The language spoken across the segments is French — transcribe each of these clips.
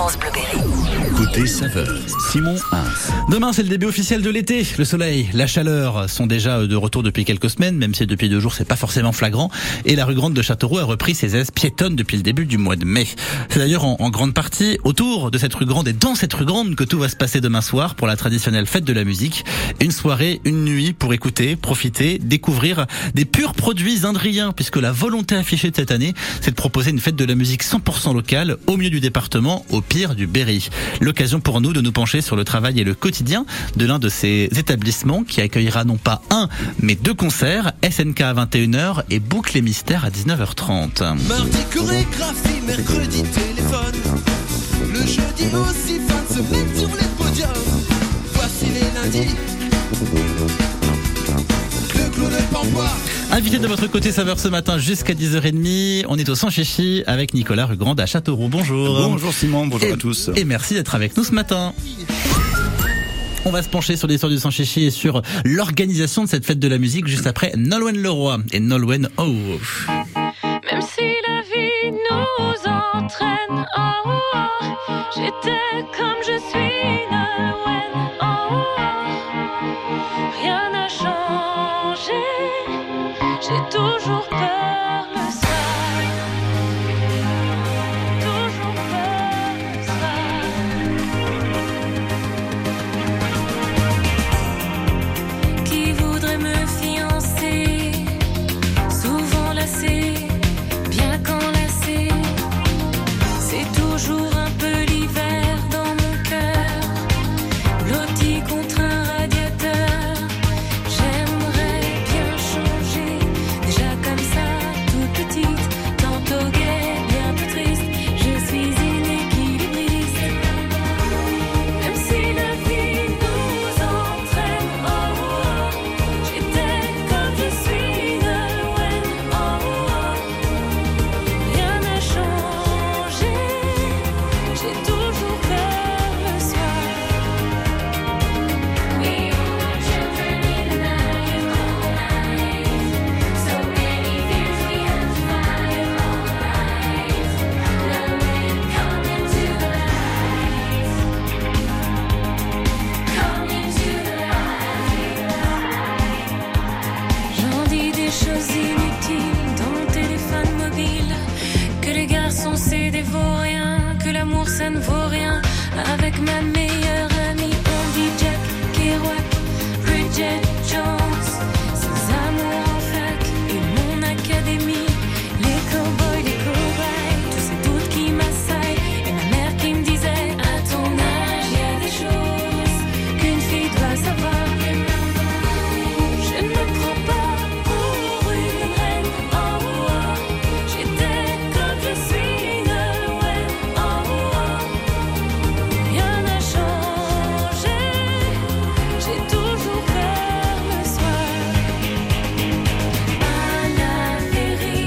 France Bleu Berry. Côté saveur, Simon Hins. Demain, c'est le début officiel de l'été. Le soleil, la chaleur sont déjà de retour depuis quelques semaines, même si depuis 2 jours, c'est pas forcément flagrant. Et la rue Grande de Châteauroux a repris ses aises piétonnes depuis le début du mois de mai. C'est d'ailleurs en grande partie autour de cette rue Grande et dans cette rue Grande que tout va se passer demain soir pour la traditionnelle fête de la musique. Une soirée, une nuit pour écouter, profiter, découvrir des purs produits indriens, puisque la volonté affichée de cette année, c'est de proposer une fête de la musique 100% locale au milieu du département, au pire du Berry. L'occasion pour nous de nous pencher sur le travail et le quotidien de l'un de ces établissements qui accueillera non pas un, mais 2 concerts, SNK à 21h et Boucle et Mystère à 19h30. Mardi chorégraphie, mercredi téléphone. Le jeudi aussi, fin de semaine sur les podiums. Voici les lundis. Le clou de Pampois. Invité de votre côté saveur ce matin jusqu'à 10h30, on est au Sans Chichi avec Nicolas rue Grande à Châteauroux. Bonjour. Bonjour Simon, bonjour à tous. Et merci d'être avec nous ce matin. On va se pencher sur l'histoire du Sans Chichi et sur l'organisation de cette fête de la musique juste après Nolwenn Leroy et Nolwenn Oh. Même si la vie nous entraîne, oh, oh, j'étais comme je suis, Nolwenn, oh, oh, rien n'a changé, j'ai toujours peur le soir, toujours peur le soir. Qui voudrait me fiancer, souvent lassé, bien qu'enlacé, c'est toujours un peu l'hiver dans mon cœur, blotti contre un radiateur. J'aimerais bien changer, déjà comme ça, toute petite, tantôt gaie, bientôt triste, je suis une équilibriste. Même si la vie nous entraîne, oh, oh, j'étais comme je suis, Nolwenn, oh, oh, rien n'a changé, j'ai toujours peur le soir. We are children in the night, so many fears we have to fight all night. Nolwenn, come into the light, come into the light. J'en dis des choses inutiles dans mon téléphone mobile, que les garçons c'est des vauriens, que l'amour ça ne vaut rien. Avec ma meilleure amie on dit Jack Kerouac, Bridget Jones, ses amours en fac et mon académie, les cowboys, les cobayes, tous ces doutes qui m'assaillent, et ma mère qui me disait à ton âge y a des choses qu'une fille doit savoir. Je ne me prends pas pour une reine, oh, oh, j'étais comme je suis, Nolwenn, oh, oh, rien n'a changé, j'ai toujours peur le soir. À la vérité,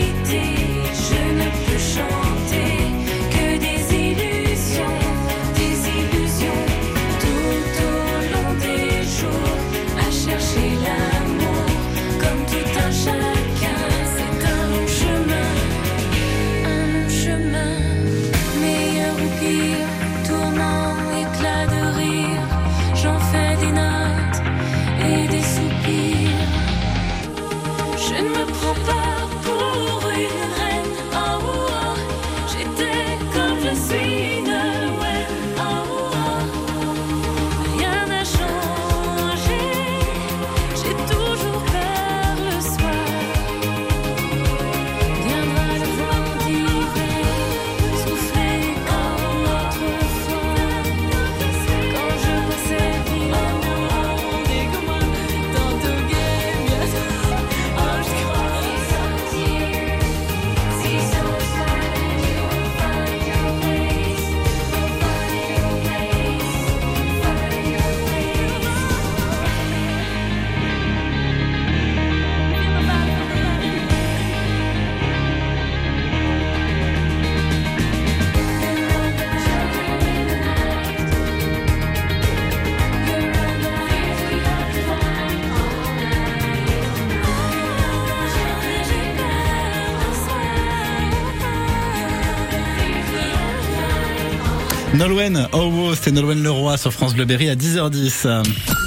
Nolwenn, c'était Nolwenn Leroy sur France Bleu Berry à 10h10.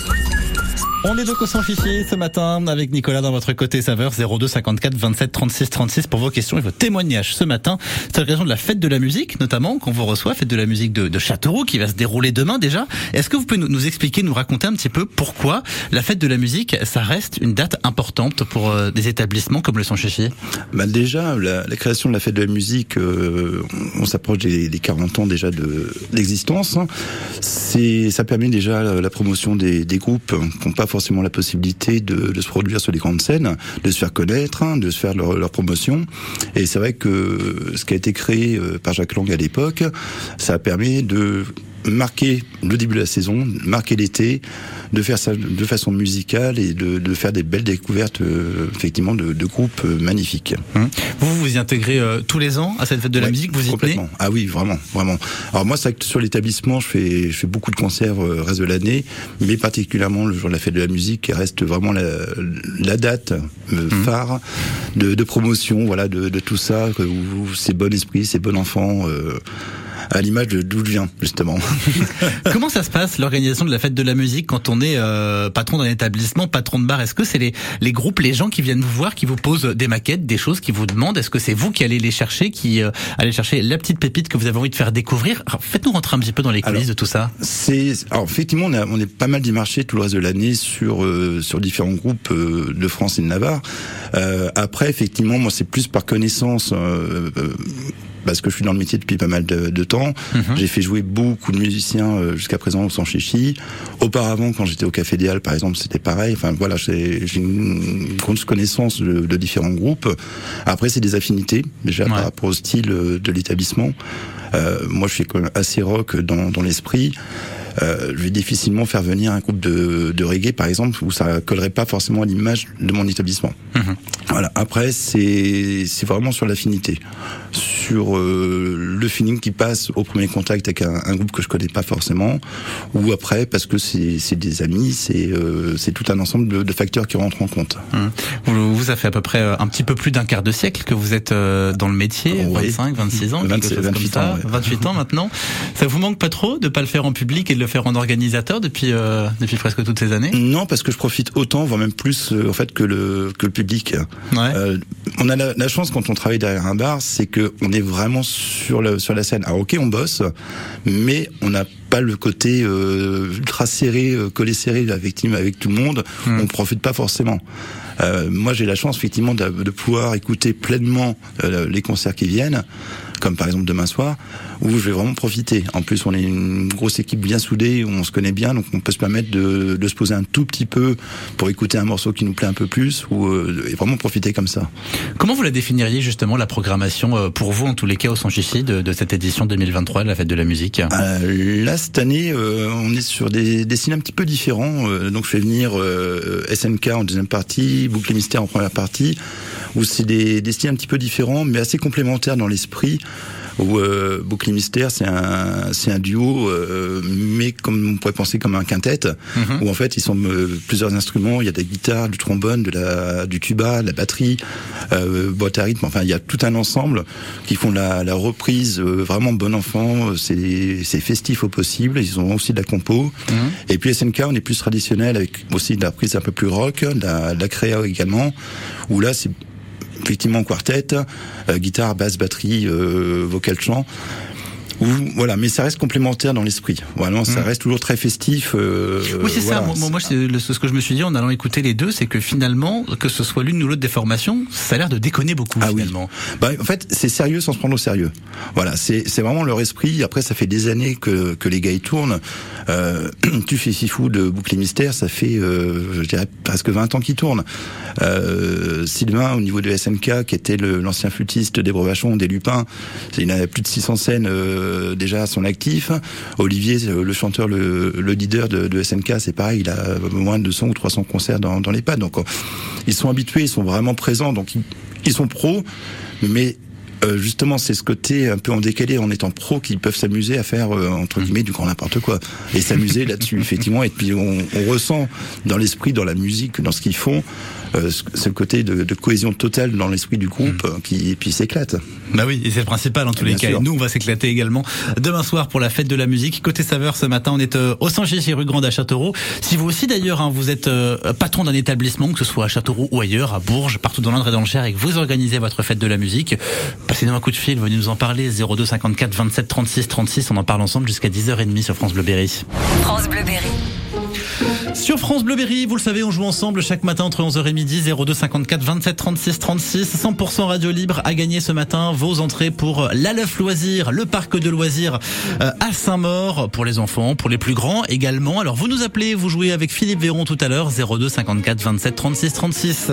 On est donc au Sans Fichier ce matin avec Nicolas dans votre côté saveur 02 54 27 36 36 pour vos questions et vos témoignages ce matin. C'est l'occasion de la fête de la musique notamment qu'on vous reçoit, fête de la musique de Châteauroux qui va se dérouler demain déjà. Est-ce que vous pouvez nous expliquer, nous raconter un petit peu pourquoi la fête de la musique ça reste une date importante pour des établissements comme le Sans Fichier? Déjà, la création de la fête de la musique, on s'approche des 40 ans déjà d'existence. Ça permet déjà la promotion des groupes qui n'ont pas forcément la possibilité de se produire sur les grandes scènes, de se faire connaître, de se faire leur promotion. Et c'est vrai que ce qui a été créé par Jacques Lang à l'époque, ça permet de marquer le début de la saison, marquer l'été, de faire ça de façon musicale et de faire des belles découvertes effectivement de groupes magnifiques. Vous y intégrez tous les ans à cette fête de la musique, vous y complètement. Ah oui, vraiment. Alors moi, c'est que sur l'établissement, je fais beaucoup de concerts le reste de l'année, mais particulièrement le jour de la fête de la musique, qui reste vraiment la date phare de promotion, voilà, de tout ça, où c'est bon esprit, c'est bon enfant. À l'image d'où je viens, justement. Comment ça se passe, l'organisation de la fête de la musique, quand on est patron d'un établissement, patron de bar? Est-ce que c'est les groupes, les gens qui viennent vous voir, qui vous posent des maquettes, des choses, qui vous demandent? Est-ce que c'est vous qui allez les chercher, allez chercher la petite pépite que vous avez envie de faire découvrir? Alors, faites-nous rentrer un petit peu dans les coulisses de tout ça. Alors effectivement, on est pas mal démarché tout le reste de l'année sur différents groupes de France et de Navarre. Après, effectivement, moi, c'est plus par connaissance. Parce que je suis dans le métier depuis pas mal de temps. J'ai fait jouer beaucoup de musiciens jusqu'à présent au Sans Chichi. Auparavant, quand j'étais au Café des Halles, par exemple, c'était pareil. Enfin voilà, j'ai une grosse connaissance de différents groupes. Après, c'est des affinités déjà par rapport au style de l'établissement. Moi, je suis quand même assez rock dans l'esprit. Je vais difficilement faire venir un groupe de reggae, par exemple, où ça collerait pas forcément à l'image de mon établissement. Voilà. Après, c'est vraiment sur l'affinité, sur le feeling qui passe au premier contact avec un groupe que je connais pas forcément, ou après parce que c'est des amis, c'est tout un ensemble de facteurs qui rentrent en compte. Vous ça fait à peu près un petit peu plus d'un quart de siècle que vous êtes dans le métier, 25, 26 ans, 28 ans, 28 ans maintenant. Ça vous manque pas trop de pas le faire en public et de le faire en organisateur depuis presque toutes ces années? Non, parce que je profite autant, voire même plus en fait que le public. On a la chance quand on travaille derrière un bar, c'est que on est vraiment sur la scène. Alors ok, on bosse, mais on n'a pas le côté ultra serré, collé serré avec tout le monde. On profite pas forcément. Moi, j'ai la chance effectivement de pouvoir écouter pleinement les concerts qui viennent, comme par exemple demain soir, où je vais vraiment profiter. En plus, on est une grosse équipe bien soudée, où on se connaît bien, donc on peut se permettre de se poser un tout petit peu pour écouter un morceau qui nous plaît un peu plus, et vraiment profiter comme ça. Comment vous la définiriez justement, la programmation, pour vous en tous les cas au Sans Chichi de cette édition 2023 de la Fête de la Musique? Là, cette année, on est sur des styles un petit peu différents. Donc je fais venir SNK en deuxième partie, Bouclier Mystère en première partie, où c'est des styles un petit peu différents, mais assez complémentaires dans l'esprit. Où Bouclier Mystère, c'est un duo, mais comme on pourrait penser comme un quintet, où en fait ils sont plusieurs instruments. Il y a des guitares, du trombone, du tuba, de la batterie, boîte à rythme. Enfin, il y a tout un ensemble qui font la reprise vraiment bon enfant. C'est festif au possible. Ils ont aussi de la compo. Et puis SNK, on est plus traditionnel avec aussi de la reprise un peu plus rock, de la créa également. Où là, c'est effectivement quartet, guitare, basse, batterie, vocal, chant. Voilà, mais ça reste complémentaire dans l'esprit. Voilà, ça reste toujours très festif. Oui, c'est ça. Moi, ce que je me suis dit en allant écouter les deux, c'est que finalement, que ce soit l'une ou l'autre des formations, ça a l'air de déconner beaucoup finalement. Oui. En fait, c'est sérieux sans se prendre au sérieux. Voilà, c'est vraiment leur esprit. Après, ça fait des années que les gars y tournent. Tu fais Sifou de Bouclier Mystère, ça fait, je dirais, presque 20 ans qu'ils tournent. Sylvain, au niveau de SNK, qui était l'ancien flûtiste des Brevachons, des Lupins, il a plus de 600 scènes déjà à son actif. Olivier, le chanteur, le leader de SNK, c'est pareil, il a moins de 200 ou 300 concerts dans les pads. Donc ils sont habitués, ils sont vraiment présents, donc ils sont pros, mais Justement, c'est ce côté un peu en décalé, en étant pro, qu'ils peuvent s'amuser à faire entre guillemets du grand n'importe quoi et s'amuser là-dessus effectivement. Et puis on ressent dans l'esprit, dans la musique, dans ce qu'ils font, c'est le côté de cohésion totale dans l'esprit du groupe qui puis s'éclate. Bah oui, et c'est le principal en tous les cas. Et nous, on va s'éclater également demain soir pour la fête de la musique. Côté saveur, ce matin, on est au Sanchichi rue Grande à Châteauroux. Si vous aussi d'ailleurs, vous êtes patron d'un établissement, que ce soit à Châteauroux ou ailleurs, à Bourges, partout dans l'Indre et dans le Cher, et que vous organisez votre fête de la musique, passez-nous un coup de fil, venez nous en parler. 02 54 27 36 36. On en parle ensemble jusqu'à 10h30 sur France Bleu Berry. France Bleu Berry. Sur France Bleu Berry, vous le savez, on joue ensemble chaque matin entre 11h et midi, 02 54 27 36 36. 100% radio libre à gagner ce matin. Vos entrées pour l'Aleuf Loisirs, le parc de loisirs à Saint-Maur, pour les enfants, pour les plus grands également. Alors vous nous appelez, vous jouez avec Philippe Véron tout à l'heure, 02 54 27 36 36.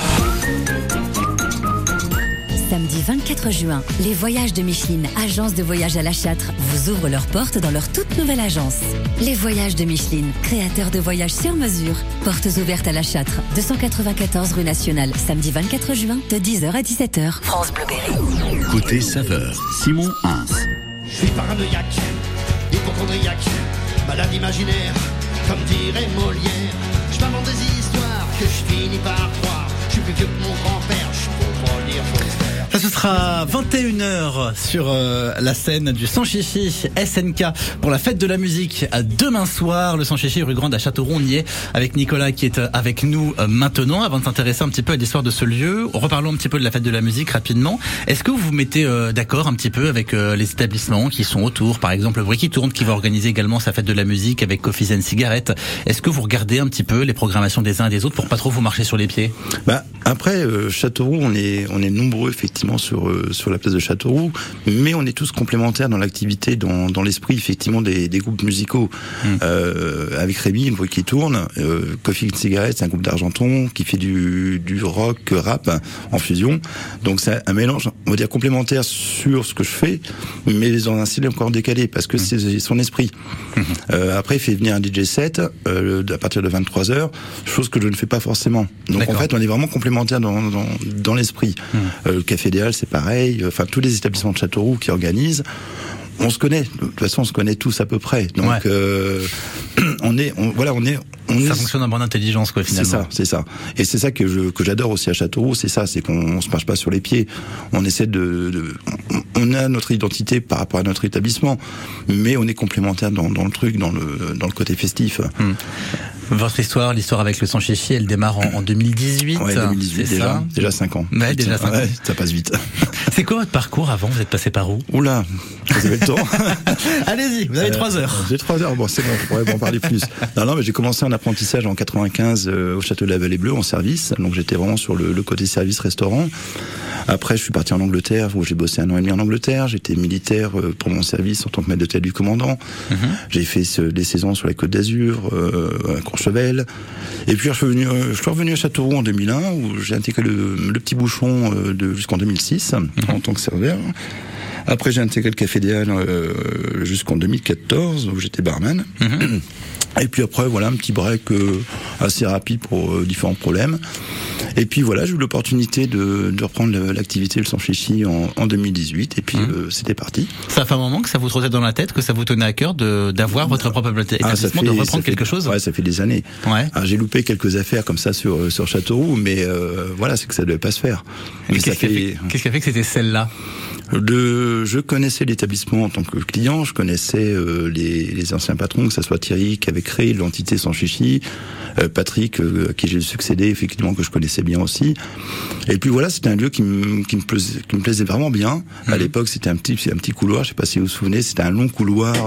Samedi 24 juin, les Voyages de Micheline, agence de voyage à La Châtre, vous ouvrent leurs portes dans leur toute nouvelle agence. Les Voyages de Micheline, créateurs de voyages sur mesure. Portes ouvertes à La Châtre, 294 rue Nationale, samedi 24 juin, de 10h à 17h. France Bleu Berry. Côté saveur, Simon Hins. Je suis paranoïaque, hypochondriaque, malade imaginaire, comme dirait Molière. Je m'invente des histoires que je finis par croire. Je suis plus vieux que mon grand-père, je peux pas lire, faut se faire. Ça, ce sera 21h sur la scène du Sanchichi SNK pour la fête de la musique demain soir. Le Sanchichi rue Grande à Châteauroux, on y est avec Nicolas qui est avec nous maintenant. Avant de s'intéresser un petit peu à l'histoire de ce lieu, reparlons un petit peu de la fête de la musique rapidement. Est-ce que vous vous mettez d'accord un petit peu avec les établissements qui sont autour, par exemple le Bruit qui tourne qui va organiser également sa fête de la musique avec Coffees and Cigarettes. Est-ce que vous regardez un petit peu les programmations des uns et des autres pour pas trop vous marcher sur les pieds? Après Châteauroux, on est nombreux effectivement sur la place de Châteauroux, mais on est tous complémentaires dans l'activité, dans l'esprit effectivement des groupes musicaux. Avec Rémi, le Bruit qui tourne, Coffee and Cigarettes, c'est un groupe d'Argenton qui fait du rock rap en fusion. Donc c'est un mélange, on va dire complémentaire sur ce que je fais, mais dans un style encore décalé parce que c'est son esprit. Après, il fait venir un DJ set à partir de 23h, chose que je ne fais pas forcément. Donc en fait, on est vraiment complémentaires dans l'esprit. Le Café Idéal, c'est pareil. Enfin, tous les établissements de Châteauroux qui organisent, on se connaît. De toute façon, on se connaît tous à peu près. Donc, ça fonctionne en bonne intelligence, quoi, finalement. C'est ça. Et c'est ça que j'adore aussi à Châteauroux, c'est ça, c'est qu'on se marche pas sur les pieds. On essaie on a notre identité par rapport à notre établissement, mais on est complémentaires dans le truc, dans le côté festif. Votre histoire, l'histoire avec le Sanchichi, elle démarre en 2018. Ouais, 2018 déjà 5 ans. Ouais, déjà 5 ans. Ouais, ça passe vite. C'est quoi votre parcours avant? Vous êtes passé par où? Oula, vous avez le temps. Allez-y, vous avez 3 heures. J'ai 3 heures, bon c'est bon, je pourrais en parler plus. Non, mais j'ai commencé un apprentissage en 95 au château de la Vallée Bleue en service, donc j'étais vraiment sur le côté service-restaurant. Après, je suis parti en Angleterre, où j'ai bossé 1 an et demi en Angleterre. J'étais militaire pour mon service en tant que maître d'hôtel du commandant. J'ai fait des saisons sur la Côte d'Azur, à Courchevel. Et puis, je suis revenu à Châteauroux en 2001, où j'ai intégré le petit bouchon jusqu'en 2006, en tant que serveur. Après, j'ai intégré le Café Idéal jusqu'en 2014, où j'étais barman. Et puis après, voilà, un petit break assez rapide pour différents problèmes. Et puis voilà, j'ai eu l'opportunité de reprendre l'activité le Sanchichi en 2018. Et puis c'était parti. Ça fait un moment que ça vous trottait dans la tête, que ça vous tenait à cœur d'avoir votre propre établissement, de reprendre quelque chose? Ouais, ça fait des années. Ouais. Alors, j'ai loupé quelques affaires comme ça sur Châteauroux, mais voilà, c'est que ça devait pas se faire. Qu'est-ce qui a fait que c'était celle-là? Je connaissais l'établissement en tant que client, je connaissais les anciens patrons, que ça soit Thierry qui avait créé l'entité Sanchichi, Patrick à qui j'ai succédé, effectivement que je connaissais bien aussi. Et puis voilà, c'était un lieu qui me plaisait vraiment bien. À l'époque, c'était un petit couloir, je sais pas si vous vous souvenez, c'était un long couloir.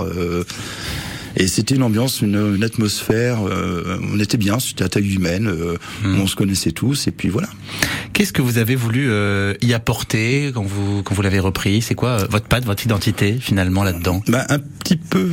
Et c'était une ambiance, une atmosphère. On était bien, c'était à taille humaine. On se connaissait tous, et puis voilà. Qu'est-ce que vous avez voulu y apporter quand vous l'avez repris? C'est quoi votre patte, votre identité finalement là-dedans? Un petit peu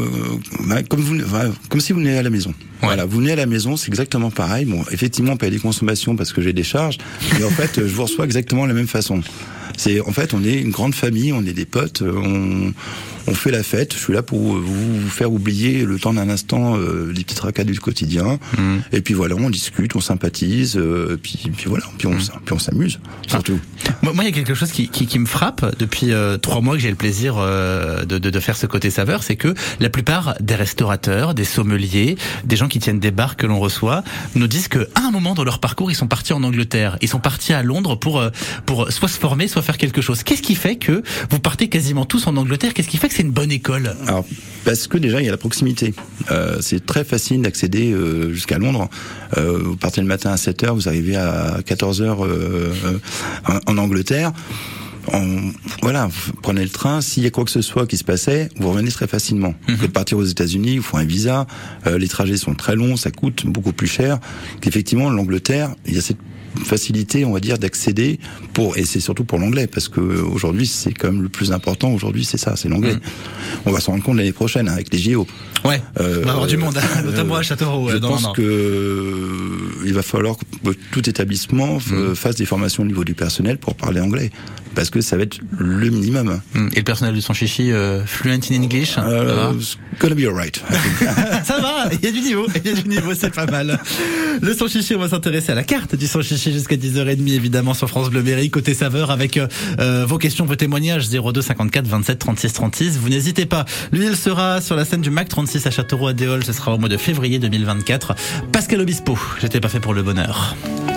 comme si vous venez à la maison. Ouais. Voilà, vous venez à la maison, c'est exactement pareil. Bon, effectivement, on paye des consommations parce que j'ai des charges, mais en fait, je vous reçois exactement de la même façon. En fait, on est une grande famille, on est des potes, on fait la fête. Je suis là pour vous faire oublier le temps d'un instant les petits tracas du quotidien. Et puis voilà, on discute, on sympathise, puis voilà, puis on s'amuse surtout. Moi, il y a quelque chose qui me frappe depuis 3 mois que j'ai le plaisir de faire ce côté saveur, c'est que la plupart des restaurateurs, des sommeliers, des gens qui tiennent des bars que l'on reçoit, nous disent que à un moment dans leur parcours, ils sont partis en Angleterre, ils sont partis à Londres pour soit se former, soit faire quelque chose. Qu'est-ce qui fait que vous partez quasiment tous en Angleterre? Qu'est-ce qui fait que c'est une bonne école? Alors, parce que déjà il y a la proximité. C'est très facile d'accéder jusqu'à Londres. Vous partez le matin à 7h, vous arrivez à 14h en Angleterre. Voilà, vous prenez le train. S'il y a quoi que ce soit qui se passait, vous revenez très facilement. Vous pouvez partir aux États-Unis, il faut un visa. Les trajets sont très longs, ça coûte beaucoup plus cher. Qu'effectivement, l'Angleterre, il y a cette facilité, on va dire, d'accéder et c'est surtout pour l'anglais, parce que aujourd'hui, c'est quand même le plus important. Aujourd'hui, c'est ça, c'est l'anglais. On va s'en rendre compte l'année prochaine avec les JO. Ouais. On va avoir du monde, notamment à Châteauroux. Je pense que il va falloir que tout établissement fasse des formations au niveau du personnel pour parler anglais, parce que ça va être le minimum. Et le personnel de son chichi, fluent in English? Gonna be alright. Ça va, il y a du niveau, c'est pas mal. Le son chichi, on va s'intéresser à la carte du son chichi jusqu'à 10h30 évidemment sur France Bleu Berry, côté saveur, avec vos questions, vos témoignages 02 54 27 36 36. Vous n'hésitez pas. Lui, il sera sur la scène du MAC 36 à Châteauroux à Déol, ce sera au mois de février 2024. Pascal Obispo, j'étais pas fait pour le bonheur.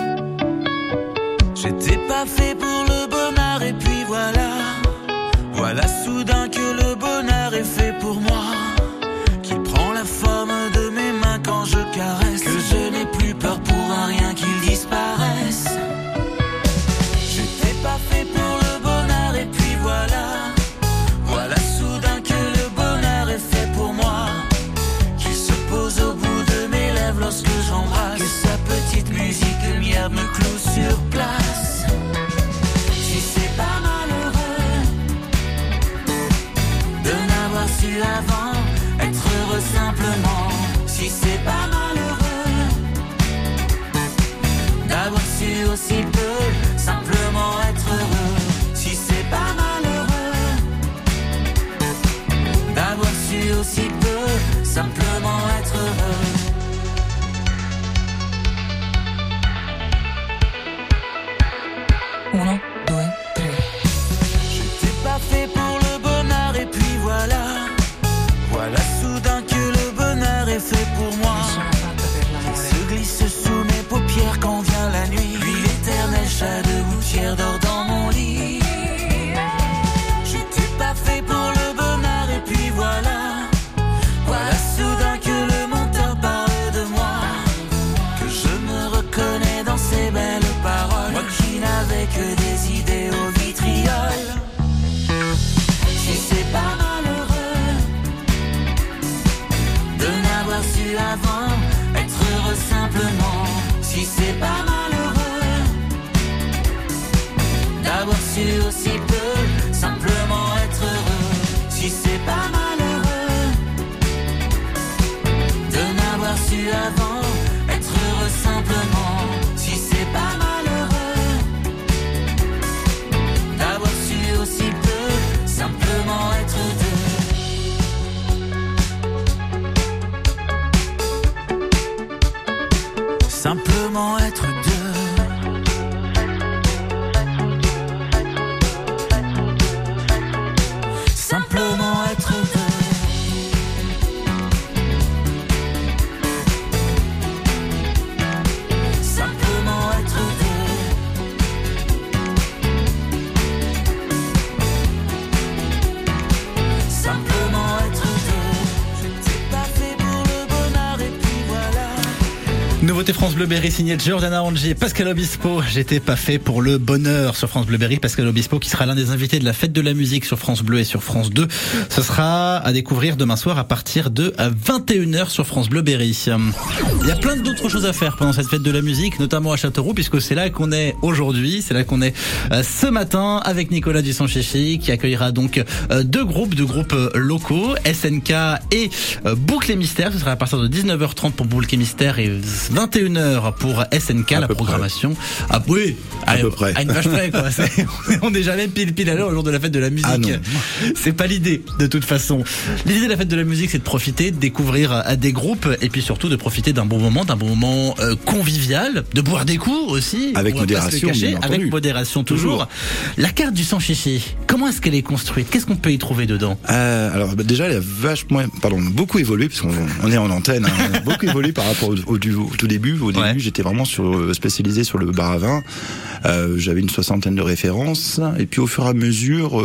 J'étais pas fait pour le bonheur et puis voilà soudain que le bonheur est fait pour moi, qu'il prend la forme de mes mains quand je caresse, que je n'ai plus peur pour un rien qu'il disparaisse. J'étais pas fait pour le bonheur et puis voilà soudain que le bonheur est fait pour moi, qu'il se pose au bout de mes lèvres lorsque j'embrasse, que sa petite musique lumière me cloue sur place. Si c'est pas malheureux de n'avoir su avant être heureux simplement, si c'est pas malheureux d'avoir su aussi peu simplement être heureux, si c'est pas malheureux d'avoir su aussi peu simplement être heureux. Uno, due, tre. J'étais pas fait pour le bonheur et puis voilà soudain que le bonheur est fait pour moi. Il se glisse sous mes paupières quand vient la nuit, puis l'éternel chat de gouttière dort dans mon lit. J'étais pas fait pour le bonheur et puis voilà soudain que le menteur parle de moi, que je me reconnais dans ses belles paroles, moi qui n'avais que des idées au vitriol. Si c'est pas malheureux de n'avoir su avant être heureux simplement, si c'est pas malheureux d'avoir su aussi peu simplement être heureux, si c'est pas malheureux de n'avoir su avant être heureux simplement, si c'est pas malheureux d'avoir su aussi peu simplement être deux, simplement être deux. Simplement être deux. Simplement être deux. Simplement être deux. J'étais pas fait pour le bonheur et puis voilà. Nouveauté France Bleu Berry signée Giordana Angie et Pascal Obispo. J'étais pas fait pour le bonheur sur France Bleu Berry. Pascal Obispo qui sera l'un des invités de la fête de la musique sur France Bleu et sur France 2. Ce sera à découvrir demain soir à partir de 21h sur France Bleu Berry. Il y a plein d'autres choses à faire pendant cette fête de la musique, notamment à Châteauroux, puisque c'est là qu'on est aujourd'hui, c'est là qu'on est ce matin avec Nicolas du Son Chichi qui accueillera donc deux groupes locaux, SNK et Boucle et Mystère. Ce sera à partir de 19h30 pour Boucle et Mystère et France. 21h pour SNK, la programmation. Ah oui, à peu près. À une vache près, quoi. On n'est jamais pile à l'heure au jour de la fête de la musique. Ah non. C'est pas l'idée, de toute façon. L'idée de la fête de la musique, c'est de profiter, de découvrir à des groupes, et puis surtout de profiter d'un bon moment convivial, de boire des coups aussi. Avec modération, bien entendu. Avec modération toujours. La carte du Sans Chichi, comment est-ce qu'elle est construite? Qu'est-ce qu'on peut y trouver dedans? Alors déjà, elle a beaucoup évolué, parce qu'on est en antenne, hein, beaucoup évolué par rapport au tout début. Au début, j'étais vraiment spécialisé sur le bar à vin. J'avais une 60aine de références, et puis au fur et à mesure,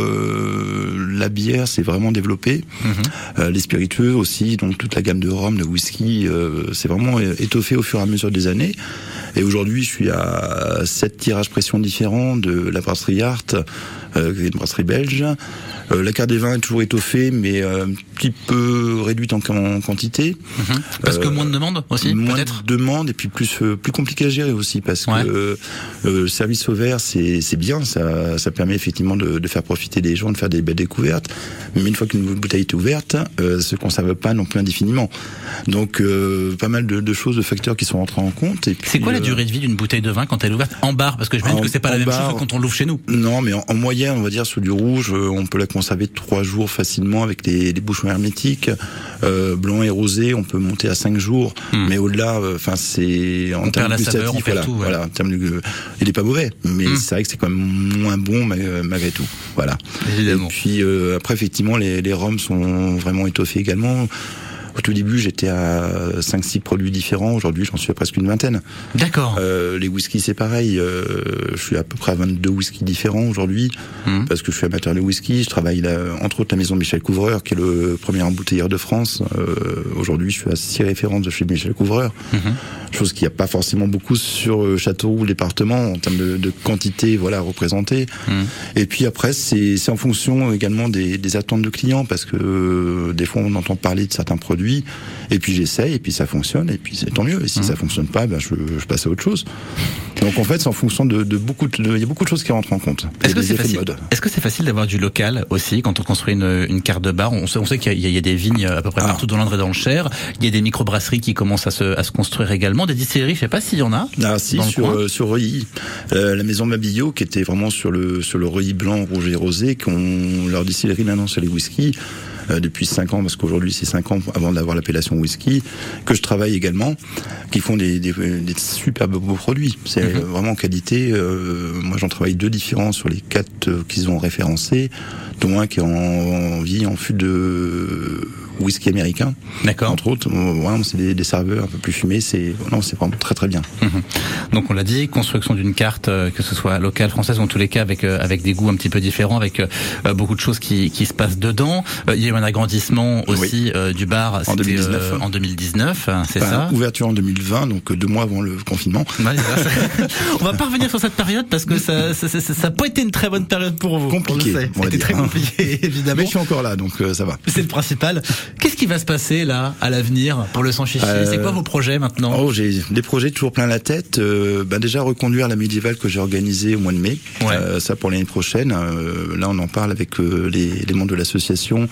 la bière s'est vraiment développée. Les spiritueux aussi, donc toute la gamme de rhum, de whisky, s'est vraiment étoffée au fur et à mesure des années. Et aujourd'hui, je suis à 7 tirages pression différents de la brasserie Art, qui est une brasserie belge. La carte des vins est toujours étoffée, mais un petit peu réduite en quantité. Parce que moins de demandes aussi, moins peut-être. De demandes, et puis plus compliqué à gérer aussi, parce que le service au verre, c'est bien, ça permet effectivement de faire profiter des gens, de faire des belles découvertes. Mais une fois qu'une bouteille est ouverte, se conserve pas non plus indéfiniment. Donc pas mal de choses, de facteurs qui sont rentrés en compte. Et puis, c'est quoi la durée de vie d'une bouteille de vin quand elle est ouverte en bar? Parce que je m'imagine que c'est pas la même chose que quand on l'ouvre chez nous. Non, mais en moyenne, on va dire, sur du rouge, on peut la conserver 3 jours facilement avec les bouchons hermétiques. Blanc et rosé, on peut monter à 5 jours. Mais au-delà, c'est en termes gustatifs, voilà, en termes il est pas mauvais, mais c'est vrai que c'est quand même moins bon malgré tout. Voilà. Évidemment. Et puis après, effectivement, les rhums sont vraiment étoffés également. Au tout début, j'étais à 5-6 produits différents. Aujourd'hui, j'en suis à presque une vingtaine. D'accord. Les whiskies, c'est pareil. Je suis à peu près à 22 whiskies différents aujourd'hui, parce que je suis amateur de whisky. Je travaille entre autres, la maison Michel Couvreur, qui est le premier embouteilleur de France. Aujourd'hui, je suis à 6 références de chez Michel Couvreur. Chose qu'il n'y a pas forcément beaucoup sur Châteauroux, le département, en termes de quantité, représentée. Et puis après, c'est en fonction également des attentes de clients, parce que des fois, on entend parler de certains produits, et puis j'essaye, et puis ça fonctionne, et puis c'est tant mieux. Et si ça fonctionne pas, je passe à autre chose. Donc en fait, c'est en fonction il y a beaucoup de choses qui rentrent en compte. Est-ce que c'est facile d'avoir du local aussi quand on construit une carte de bar? On sait qu'il y a des vignes à peu près partout dans l'Indre et dans le Cher. Il y a des microbrasseries qui commencent à se construire également. Des distilleries, je sais pas s'il y en a. Ah si, sur Reuilly, la maison Mabillot, qui était vraiment sur le Reuilly blanc, rouge et rosé, qui ont leur distillerie maintenant sur les whiskies. Depuis 5 ans, parce qu'aujourd'hui c'est 5 ans avant d'avoir l'appellation whisky, que je travaille également, qui font des superbes beaux produits. C'est vraiment en qualité. Moi j'en travaille 2 différents sur les 4 qu'ils ont référencés, dont un qui est en fût de whisky américain. D'accord. Entre autres, vraiment, c'est des serveurs un peu plus fumés. C'est vraiment très très bien. Donc on l'a dit, construction d'une carte, que ce soit locale, française, ou en tous les cas avec des goûts un petit peu différents, avec beaucoup de choses qui se passent dedans. Il y a eu un agrandissement aussi du bar. En 2019. En 2019, c'est ça. Ouverture en 2020, donc 2 mois avant le confinement. Ouais, on va pas revenir sur cette période parce que ça n'a pas été une très bonne période pour vous. Compliqué. C'était très compliqué, évidemment. Mais je suis encore là, donc ça va. C'est le principal. Qu'est-ce qui va se passer là à l'avenir pour le Sans Chichi? C'est quoi vos projets maintenant? J'ai des projets toujours plein la tête. Déjà reconduire la médiévale que j'ai organisée au mois de mai. Ça pour l'année prochaine. Là on en parle avec les membres de l'association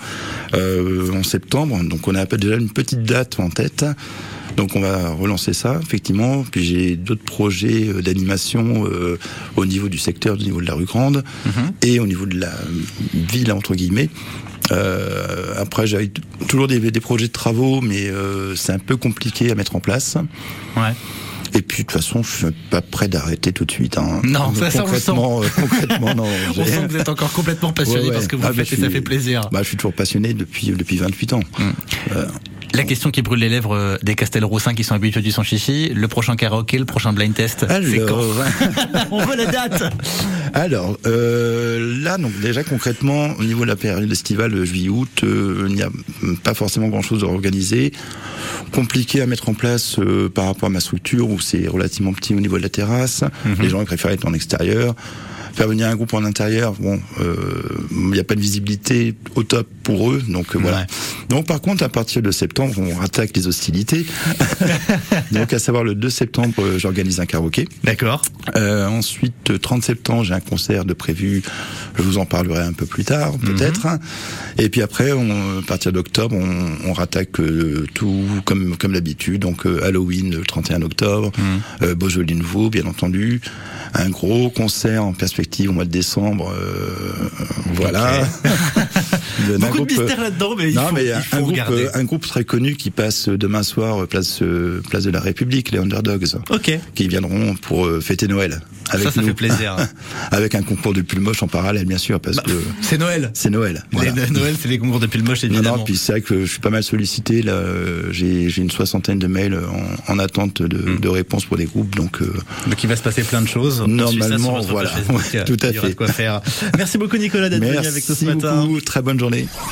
en septembre. Donc on a déjà une petite date en tête. Donc on va relancer ça, effectivement. Puis j'ai d'autres projets d'animation au niveau du secteur, au niveau de la rue Grande, et au niveau de la ville, entre guillemets. Après, j'ai toujours des projets de travaux, mais c'est un peu compliqué à mettre en place. Ouais. Et puis de toute façon, je suis pas prêt d'arrêter tout de suite. Non, ça on le sent. Concrètement, non. On sent que vous êtes encore complètement passionné parce que vous faites et ça fait plaisir. Je suis toujours passionné depuis 28 ans. La question qui brûle les lèvres des Castelroussins qui sont habitués du Sans Chichi, le prochain karaoké, le prochain blind test, c'est quand? On veut la date. Alors, là, donc déjà concrètement, au niveau de la période estivale, juillet-août, il n'y a pas forcément grand-chose à organiser. Compliqué à mettre en place par rapport à ma structure, où c'est relativement petit au niveau de la terrasse. Les gens préfèrent être en extérieur. faire venir un groupe en intérieur, bon, il n'y a pas de visibilité au top pour eux, donc voilà. Donc par contre, à partir de septembre, on attaque les hostilités. Donc à savoir le 2 septembre, j'organise un karaoké. D'accord. Ensuite, 30 septembre, j'ai un concert de prévu. Je vous en parlerai un peu plus tard, peut-être. Et puis après, à partir d'octobre, on rattaque tout comme d'habitude. Donc Halloween le 31 octobre, Beaujolais Nouveau, bien entendu. Un gros concert en perspective au mois de décembre. Voilà. Beaucoup de mystère là-dedans, mais il faut regarder. Un groupe très connu qui passe demain soir place de la République, les Underdogs. Ok. Qui viendront pour fêter Noël. Avec ça fait plaisir. Avec un concours de pull moche en parallèle, bien sûr, parce que c'est Noël. C'est Noël. Voilà. Noël, c'est les concours de pull moche, évidemment. Non, puis c'est vrai que je suis pas mal sollicité. Là, j'ai une 60aine de mails en attente de réponses pour des groupes, donc il va se passer plein de choses. Normalement, voilà. Facebook, tout à il y aura fait. de quoi faire. Merci beaucoup, Nicolas, d'être venu avec nous ce matin. Merci beaucoup. Très bonne journée.